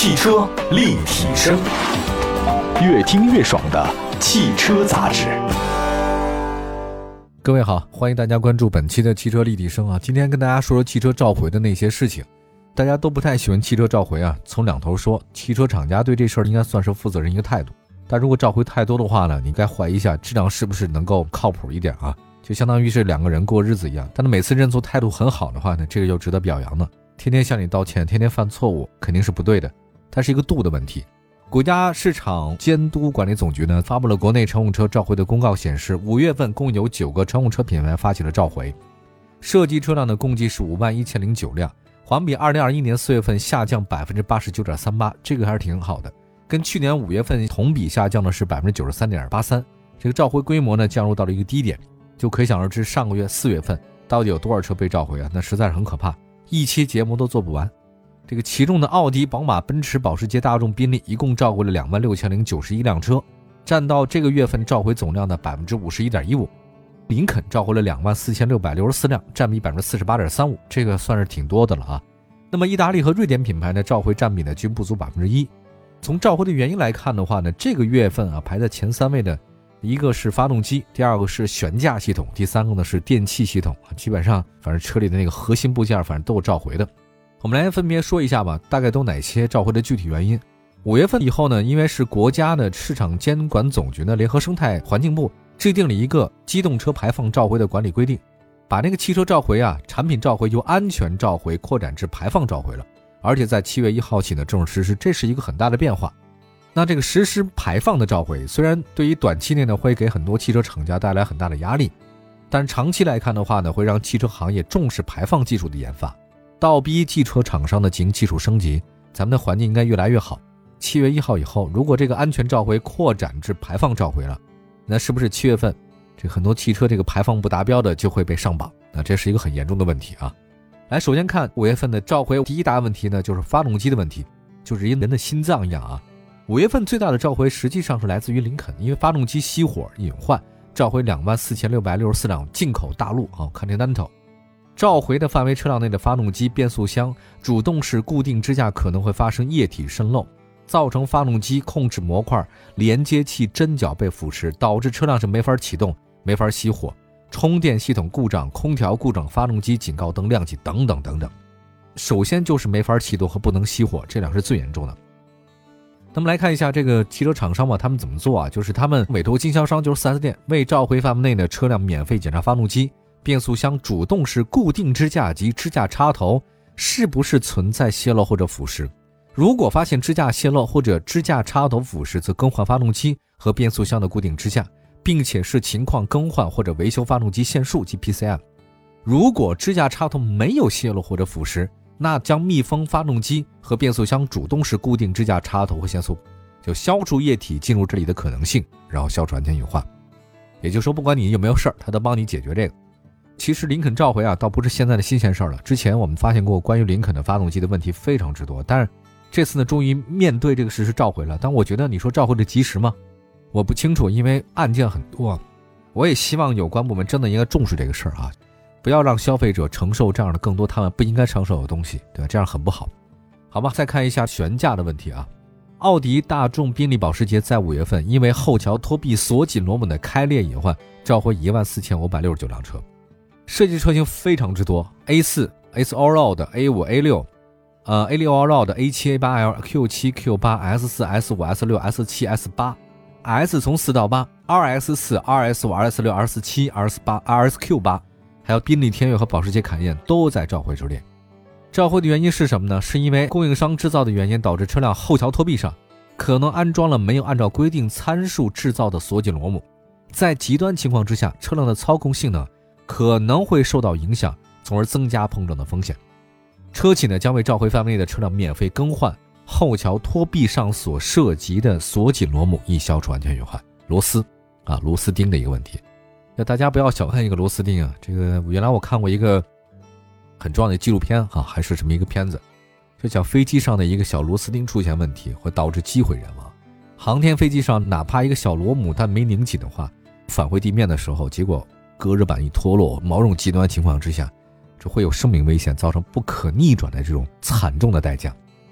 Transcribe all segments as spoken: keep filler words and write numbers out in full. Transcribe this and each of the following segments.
汽车立体声，越听越爽的汽车杂志。 各位好，欢迎大家关注本期的汽车立体声啊！今天跟大家说说汽车召回的那些事情。大家都不太喜欢汽车召回啊，从两头说，汽车厂家对这事儿应该算是负责任一个态度。但如果召回太多的话呢，你该怀疑一下质量是不是能够靠谱一点啊？就相当于是两个人过日子一样，但是每次认错态度很好的话呢，这个就值得表扬呢。天天向你道歉，天天犯错误，肯定是不对的，它是一个度的问题。国家市场监督管理总局呢发布了国内乘用车召回的公告，显示五月份共有九个乘用车品牌发起了召回，涉及车辆的共计是五万一千零九辆，环比二零二一年四月份下降 百分之八十九点三八， 这个还是挺好的，跟去年五月份同比下降的是 百分之九十三点八三， 这个召回规模呢降入到了一个低点，就可以想而知上个月四月份到底有多少车被召回啊？那实在是很可怕，一期节目都做不完。这个其中的奥迪、宝马、奔驰、保时捷、大众、宾利一共召回了两万六千零九十一辆车，占到这个月份召回总量的 百分之五十一点一五。林肯召回了两万四千六百六十四辆，占比 百分之四十八点三五， 这个算是挺多的了啊。那么意大利和瑞典品牌呢，召回占比呢均不足 百分之一。 从召回的原因来看的话呢，这个月份啊排在前三位的一个是发动机，第二个是悬架系统，第三个呢是电气系统，基本上反正车里的那个核心部件反正都有召回的。我们来分别说一下吧，大概都哪些召回的具体原因。五月份以后呢，因为是国家的市场监管总局呢联合生态环境部制定了一个机动车排放召回的管理规定，把那个汽车召回啊产品召回由安全召回扩展至排放召回了，而且在七月一号起呢正式实施，这是一个很大的变化。那这个实施排放的召回虽然对于短期内呢会给很多汽车厂家带来很大的压力，但长期来看的话呢，会让汽车行业重视排放技术的研发，倒逼汽车厂商的进行技术升级，咱们的环境应该越来越好。七月一号以后，如果这个安全召回扩展至排放召回了，那是不是七月份这很多汽车这个排放不达标的就会被上榜？那这是一个很严重的问题啊。来，首先看五月份的召回，第一大问题呢就是发动机的问题，就是人的心脏一样啊。五月份最大的召回实际上是来自于林肯，因为发动机熄火隐患，召回两万四千六百六十四辆进口大陆啊 Continental。召回的范围车辆内的发动机、变速箱、主动式固定支架可能会发生液体渗漏，造成发动机控制模块、连接器针脚被腐蚀，导致车辆是没法启动、没法熄火，充电系统故障、空调故障、发动机警告灯亮起等等等等。首先就是没法启动和不能熄火，这两是最严重的。那么来看一下这个汽车厂商吧，他们怎么做啊？就是他们委托经销商，就是 四 S 店，为召回范围内的车辆免费检查发动机、变速箱主动式固定支架及支架插头是不是存在泄漏或者腐蚀。如果发现支架泄漏或者支架插头腐蚀，则更换发动机和变速箱的固定支架，并且视情况更换或者维修发动机线束及 P C M。 如果支架插头没有泄漏或者腐蚀，那将密封发动机和变速箱主动式固定支架插头和线束，就消除液体进入这里的可能性，然后消除安全隐患。也就是说，不管你有没有事儿，他都帮你解决这个。其实林肯召回啊倒不是现在的新鲜事儿了，之前我们发现过关于林肯的发动机的问题非常之多，但是这次呢终于面对这个事实召回了。但我觉得你说召回的及时吗？我不清楚，因为案件很多，我也希望有关部门真的应该重视这个事儿啊，不要让消费者承受这样的更多他们不应该承受的东西，对吧？这样很不好。好吧，再看一下悬架的问题啊。奥迪、大众、宾利、保时捷在五月份因为后桥托臂锁紧螺母的开裂隐患，召回一万四千五百六十九辆车。设计车型非常之多 ，A 四、S Allroad、A 五、A 六，呃 A 六 Allroad、A 七、A 八 L、Q 七、Q 八、S 四、S 五、S 六、S 七、S 八、S 从四到八、R S 四、R S 五、R S 六、R S 七、R S 八、R S Q 八，还有宾利天越和保时捷凯宴都在召回之列。召回的原因是什么呢？是因为供应商制造的原因，导致车辆后桥托臂上可能安装了没有按照规定参数制造的锁紧螺母，在极端情况之下，车辆的操控性能可能会受到影响，从而增加碰撞的风险。车企呢将为召回范围内的车辆免费更换后桥托臂上所涉及的锁紧螺母，以消除安全隐患。螺丝啊，螺丝钉的一个问题。那大家不要小看一个螺丝钉啊，这个原来我看过一个很重要的纪录片啊，还是什么一个片子，就讲飞机上的一个小螺丝钉出现问题，会导致机毁人亡。航天飞机上哪怕一个小螺母但没拧紧的话，返回地面的时候，结果隔热板一脱落，某种极端情况之下，这会有生命危险，造成不可逆转的这种惨重的代价。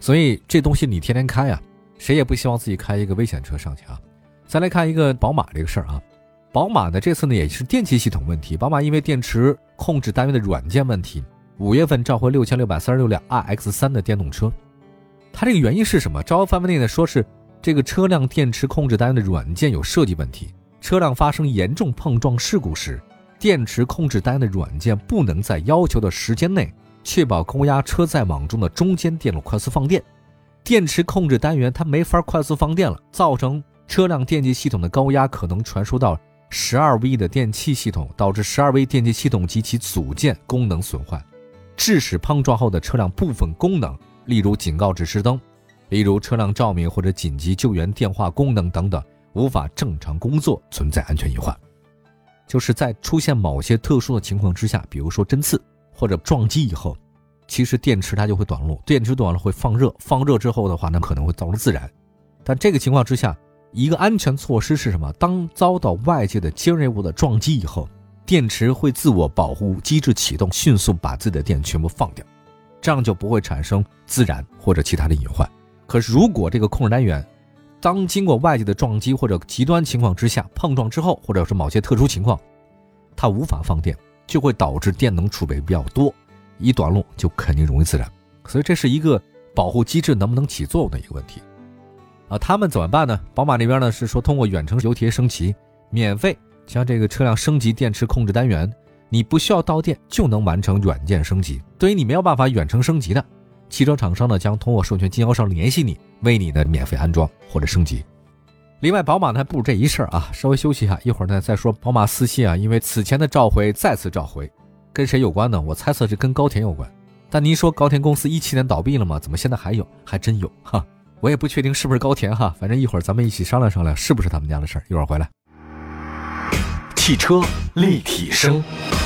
所以这东西你天天开啊，谁也不希望自己开一个危险车上去啊。再来看一个宝马这个事儿啊，宝马呢这次呢也是电气系统问题，宝马因为电池控制单元的软件问题，五月份召回六千六百三十六辆 R X 三 的电动车。它这个原因是什么？召回范围内呢说是这个车辆电池控制单元的软件有设计问题，车辆发生严重碰撞事故时，电池控制单元的软件不能在要求的时间内确保高压车载网中的中间电路快速放电，电池控制单元它没法快速放电了，造成车辆电气系统的高压可能传输到 十二 V 的电气系统，导致 十二 V 电气系统及其组件功能损坏，致使碰撞后的车辆部分功能，例如警告指示灯，例如车辆照明或者紧急救援电话功能等等无法正常工作，存在安全隐患。就是在出现某些特殊的情况之下，比如说针刺或者撞击以后，其实电池它就会短路，电池短了会放热，放热之后的话呢可能会造成自燃。但这个情况之下，一个安全措施是什么？当遭到外界的尖锐物的撞击以后，电池会自我保护机制启动，迅速把自己的电全部放掉，这样就不会产生自燃或者其他的隐患。可是如果这个控制单元当经过外界的撞击或者极端情况之下碰撞之后，或者是某些特殊情况它无法放电，就会导致电能储备比较多，一短路就肯定容易自燃。所以这是一个保护机制能不能起作用的一个问题啊。他们怎么办呢？宝马那边呢是说通过远程油贴升级，免费将这个车辆升级电池控制单元，你不需要到店就能完成软件升级。对于你没有办法远程升级的，汽车厂商呢将通过授权经销商联系你，为你的免费安装或者升级。另外宝马呢还不如这一事儿啊，稍微休息一下，一会儿呢再说宝马四系啊，因为此前的召回再次召回，跟谁有关呢？我猜测是跟高田有关。但您说高田公司一七年倒闭了吗？怎么现在还有？还真有哈，我也不确定是不是高田哈，反正一会儿咱们一起商量商量是不是他们家的事儿，一会儿回来。 汽车立体声，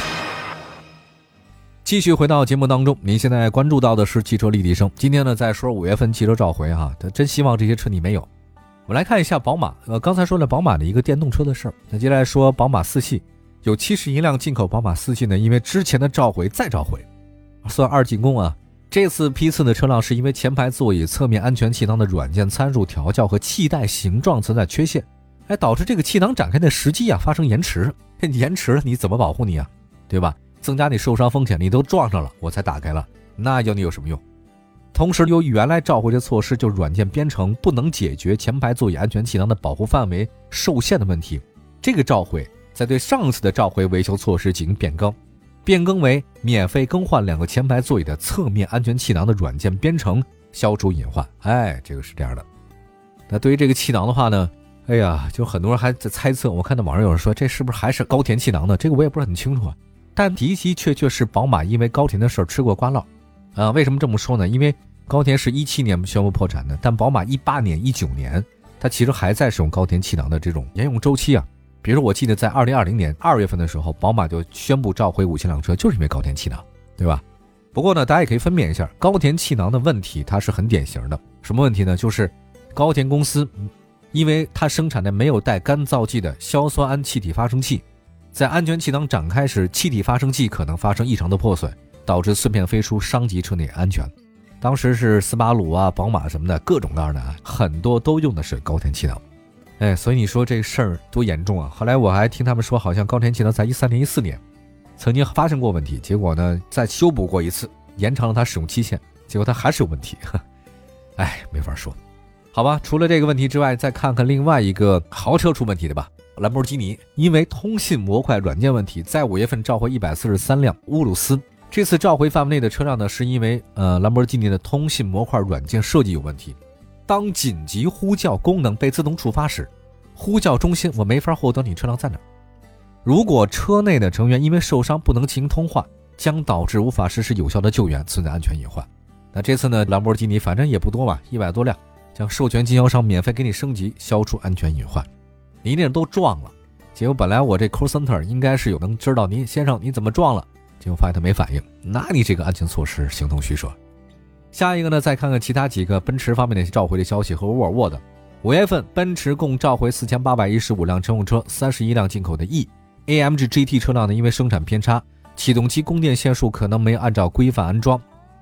继续回到节目当中，您现在关注到的是汽车立体声。今天呢再说五月份汽车召回哈，真希望这些车你没有。我们来看一下宝马，呃，刚才说了宝马的一个电动车的事儿，那接下来说宝马四系，有七十一辆进口宝马四系呢，因为之前的召回再召回，算二进宫啊。这次批次的车辆是因为前排座椅侧面安全气囊的软件参数调校和气带形状存在缺陷，哎，导致这个气囊展开的时机啊发生延迟，延迟了你怎么保护你啊，对吧？增加你受伤风险，你都撞上了我才打开了，那要你有什么用？同时由于原来召回的措施就软件编程不能解决前排座椅安全气囊的保护范围受限的问题，这个召回在对上次的召回维修措施进行变更，变更为免费更换两个前排座椅的侧面安全气囊的软件编程，消除隐患。哎，这个是这样的。那对于这个气囊的话呢，哎呀，就很多人还在猜测，我看到网上有人说这是不是还是高田气囊呢？这个我也不是很清楚啊。但的的确确是宝马因为高田的事儿吃过瓜烙啊。为什么这么说呢？因为高田是一七年宣布破产的，但宝马一八年、一九年，它其实还在使用高田气囊的这种沿用周期啊。比如说，我记得在二零二零年二月份的时候，宝马就宣布召回五千辆车，就是因为高田气囊，对吧？不过呢，大家也可以分辨一下，高田气囊的问题它是很典型的。什么问题呢？就是高田公司，因为它生产的没有带干燥剂的硝酸铵气体发生器，在安全气囊展开时，气体发生器可能发生异常的破损，导致碎片飞出，伤及车内安全。当时是斯巴鲁啊、宝马什么的各种各样的啊，很多都用的是高田气囊。哎，所以你说这事儿多严重啊！后来我还听他们说，好像高田气囊在一三年、一四年曾经发生过问题，结果呢再修补过一次，延长了它使用期限，结果它还是有问题。哎，没法说。好吧，除了这个问题之外，再看看另外一个豪车出问题的吧。兰博基尼因为通信模块软件问题，在五月份召回一百四十三辆乌鲁斯。这次召回范围内的车辆呢，是因为呃兰博基尼的通信模块软件设计有问题。当紧急呼叫功能被自动触发时，呼叫中心我没法获得你车辆在哪。如果车内的成员因为受伤不能进行通话，将导致无法实施有效的救援，存在安全隐患。那这次呢，兰博基尼反正也不多嘛，一百多辆，将授权经销商免费给你升级，消除安全隐患。你那都撞了，结果本来我这 call center 应该是有能知道您先生你怎么撞了，结果发现他没反应，那你这个安全措施形同虚设。下一个呢，再看看其他几个奔驰方面的召回的消息和沃尔沃的。五月份奔驰共召回四千八百一十五辆乘用车，三十一辆进口的 E、A M G G T 车辆呢，因为生产偏差，启动机供电线束可能没有按照规范安装，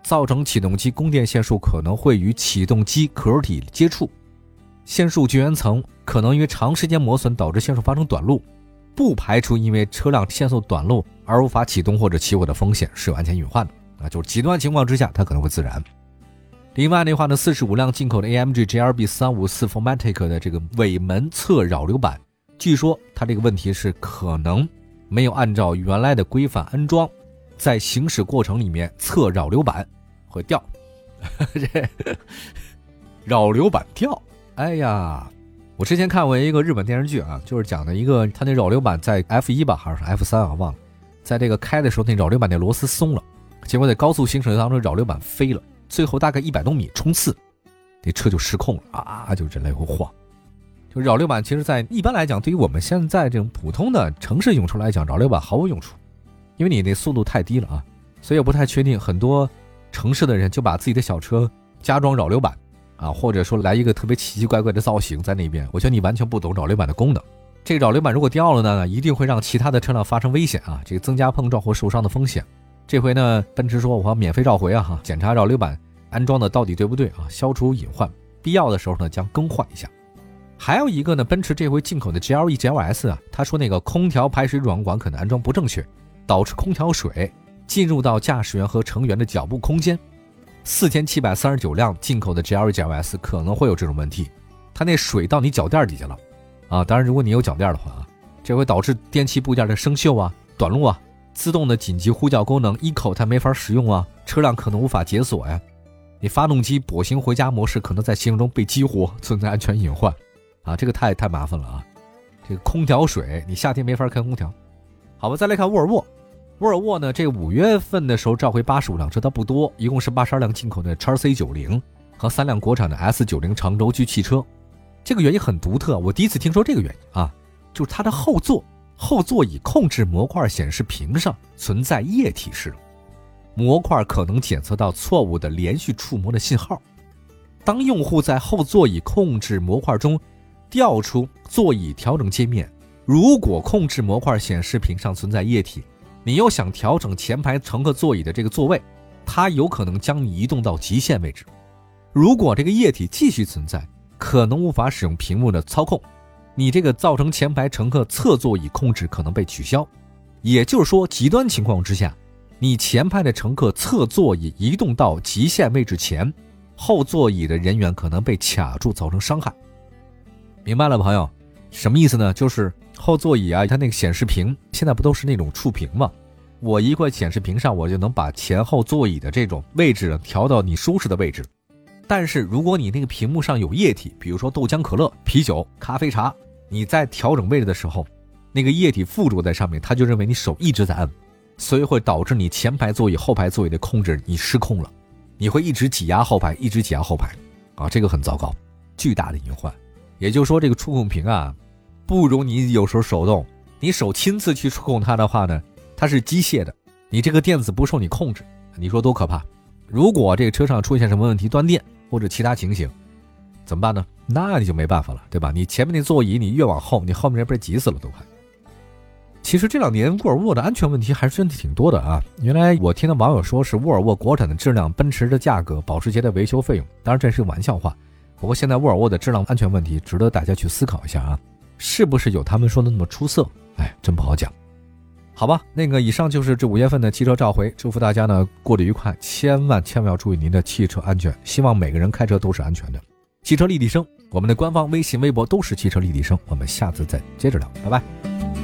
造成启动机供电线束可能会与启动机壳体接触，线束绝缘层可能因为长时间磨损导致线束发生短路，不排除因为车辆线束短路而无法启动或者起火的风险，是有安全隐患的啊，就是极端情况之下它可能会自燃。另外的话呢，四十五辆进口的 A M G G L B 三五四 Formatic 的这个尾门侧扰流板，据说它这个问题是可能没有按照原来的规范安装，在行驶过程里面侧扰流板会掉这扰流板掉，哎呀，我之前看过一个日本电视剧啊，就是讲的一个他那扰流板在 F 一 吧还是 F 三 啊忘了，在这个开的时候那扰流板那螺丝松了，结果在高速行驶当中扰流板飞了，最后大概一百多米冲刺，那车就失控了啊，就人类会晃。就扰流板其实在一般来讲，对于我们现在这种普通的城市用车来讲，扰流板毫无用处，因为你那速度太低了啊，所以我不太确定很多城市的人就把自己的小车加装扰流板啊，或者说来一个特别奇奇怪怪的造型在那边，我觉得你完全不懂扰流板的功能。这个扰流板如果掉了呢，一定会让其他的车辆发生危险啊，这个增加碰撞或受伤的风险。这回呢，奔驰说我要免费召回啊哈，检查扰流板安装的到底对不对啊，消除隐患，必要的时候呢将更换一下。还有一个呢，奔驰这回进口的 G L E G L S 啊，他说那个空调排水软管可能安装不正确，导致空调水进入到驾驶员和乘员的脚部空间。四千七百三十九辆进口的 G L E G L S 可能会有这种问题，它那水到你脚垫底下了啊！当然，如果你有脚垫的话啊，这会导致电气部件的生锈啊、短路啊，自动的紧急呼叫功能 Eco 它没法使用啊，车辆可能无法解锁呀。你发动机跛行回家模式可能在行驶中被激活，存在安全隐患啊！这个太太麻烦了啊！这个空调水，你夏天没法开空调。好吧，再来看沃尔沃。沃尔沃呢，这五月份的时候召回八十五辆车，它不多，一共是八十二辆进口的 X C 九十 和三辆国产的 S 九十 长轴距汽车。这个原因很独特，我第一次听说这个原因啊，就是它的后座后座椅控制模块显示屏上存在液体失误，模块可能检测到错误的连续触摸的信号。当用户在后座椅控制模块中调出座椅调整界面，如果控制模块显示屏上存在液体，你又想调整前排乘客座椅的这个座位，它有可能将你移动到极限位置。如果这个液体继续存在，可能无法使用屏幕的操控，你这个造成前排乘客侧座椅控制可能被取消。也就是说，极端情况之下，你前排的乘客侧座椅移动到极限位置前，后座椅的人员可能被卡住，造成伤害。明白了朋友？什么意思呢？就是后座椅啊，它那个显示屏现在不都是那种触屏吗？我一块显示屏上我就能把前后座椅的这种位置调到你舒适的位置。但是如果你那个屏幕上有液体，比如说豆浆、可乐、啤酒、咖啡、茶，你在调整位置的时候，那个液体附着在上面，它就认为你手一直在按，所以会导致你前排座椅、后排座椅的控制你失控了，你会一直挤压后排，一直挤压后排啊，这个很糟糕，巨大的隐患。也就是说，这个触控屏啊，不如你有时候手动，你手亲自去触控它的话呢，它是机械的，你这个电子不受你控制，你说多可怕。如果这个车上出现什么问题，断电或者其他情形怎么办呢？那你就没办法了，对吧？你前面那座椅你越往后，你后面人不是急死了都快。其实这两年沃尔沃的安全问题还是真的挺多的啊。原来我听到网友说是沃尔沃国产的质量，奔驰的价格，保时捷的维修费用，当然这是个玩笑话。不过现在沃尔沃的质量安全问题值得大家去思考一下啊，是不是有他们说的那么出色？哎，真不好讲。好吧，那个以上就是这五月份的汽车召回，祝福大家呢过得愉快，千万千万要注意您的汽车安全，希望每个人开车都是安全的。汽车立体声，我们的官方微信微博都是汽车立体声，我们下次再接着聊，拜拜。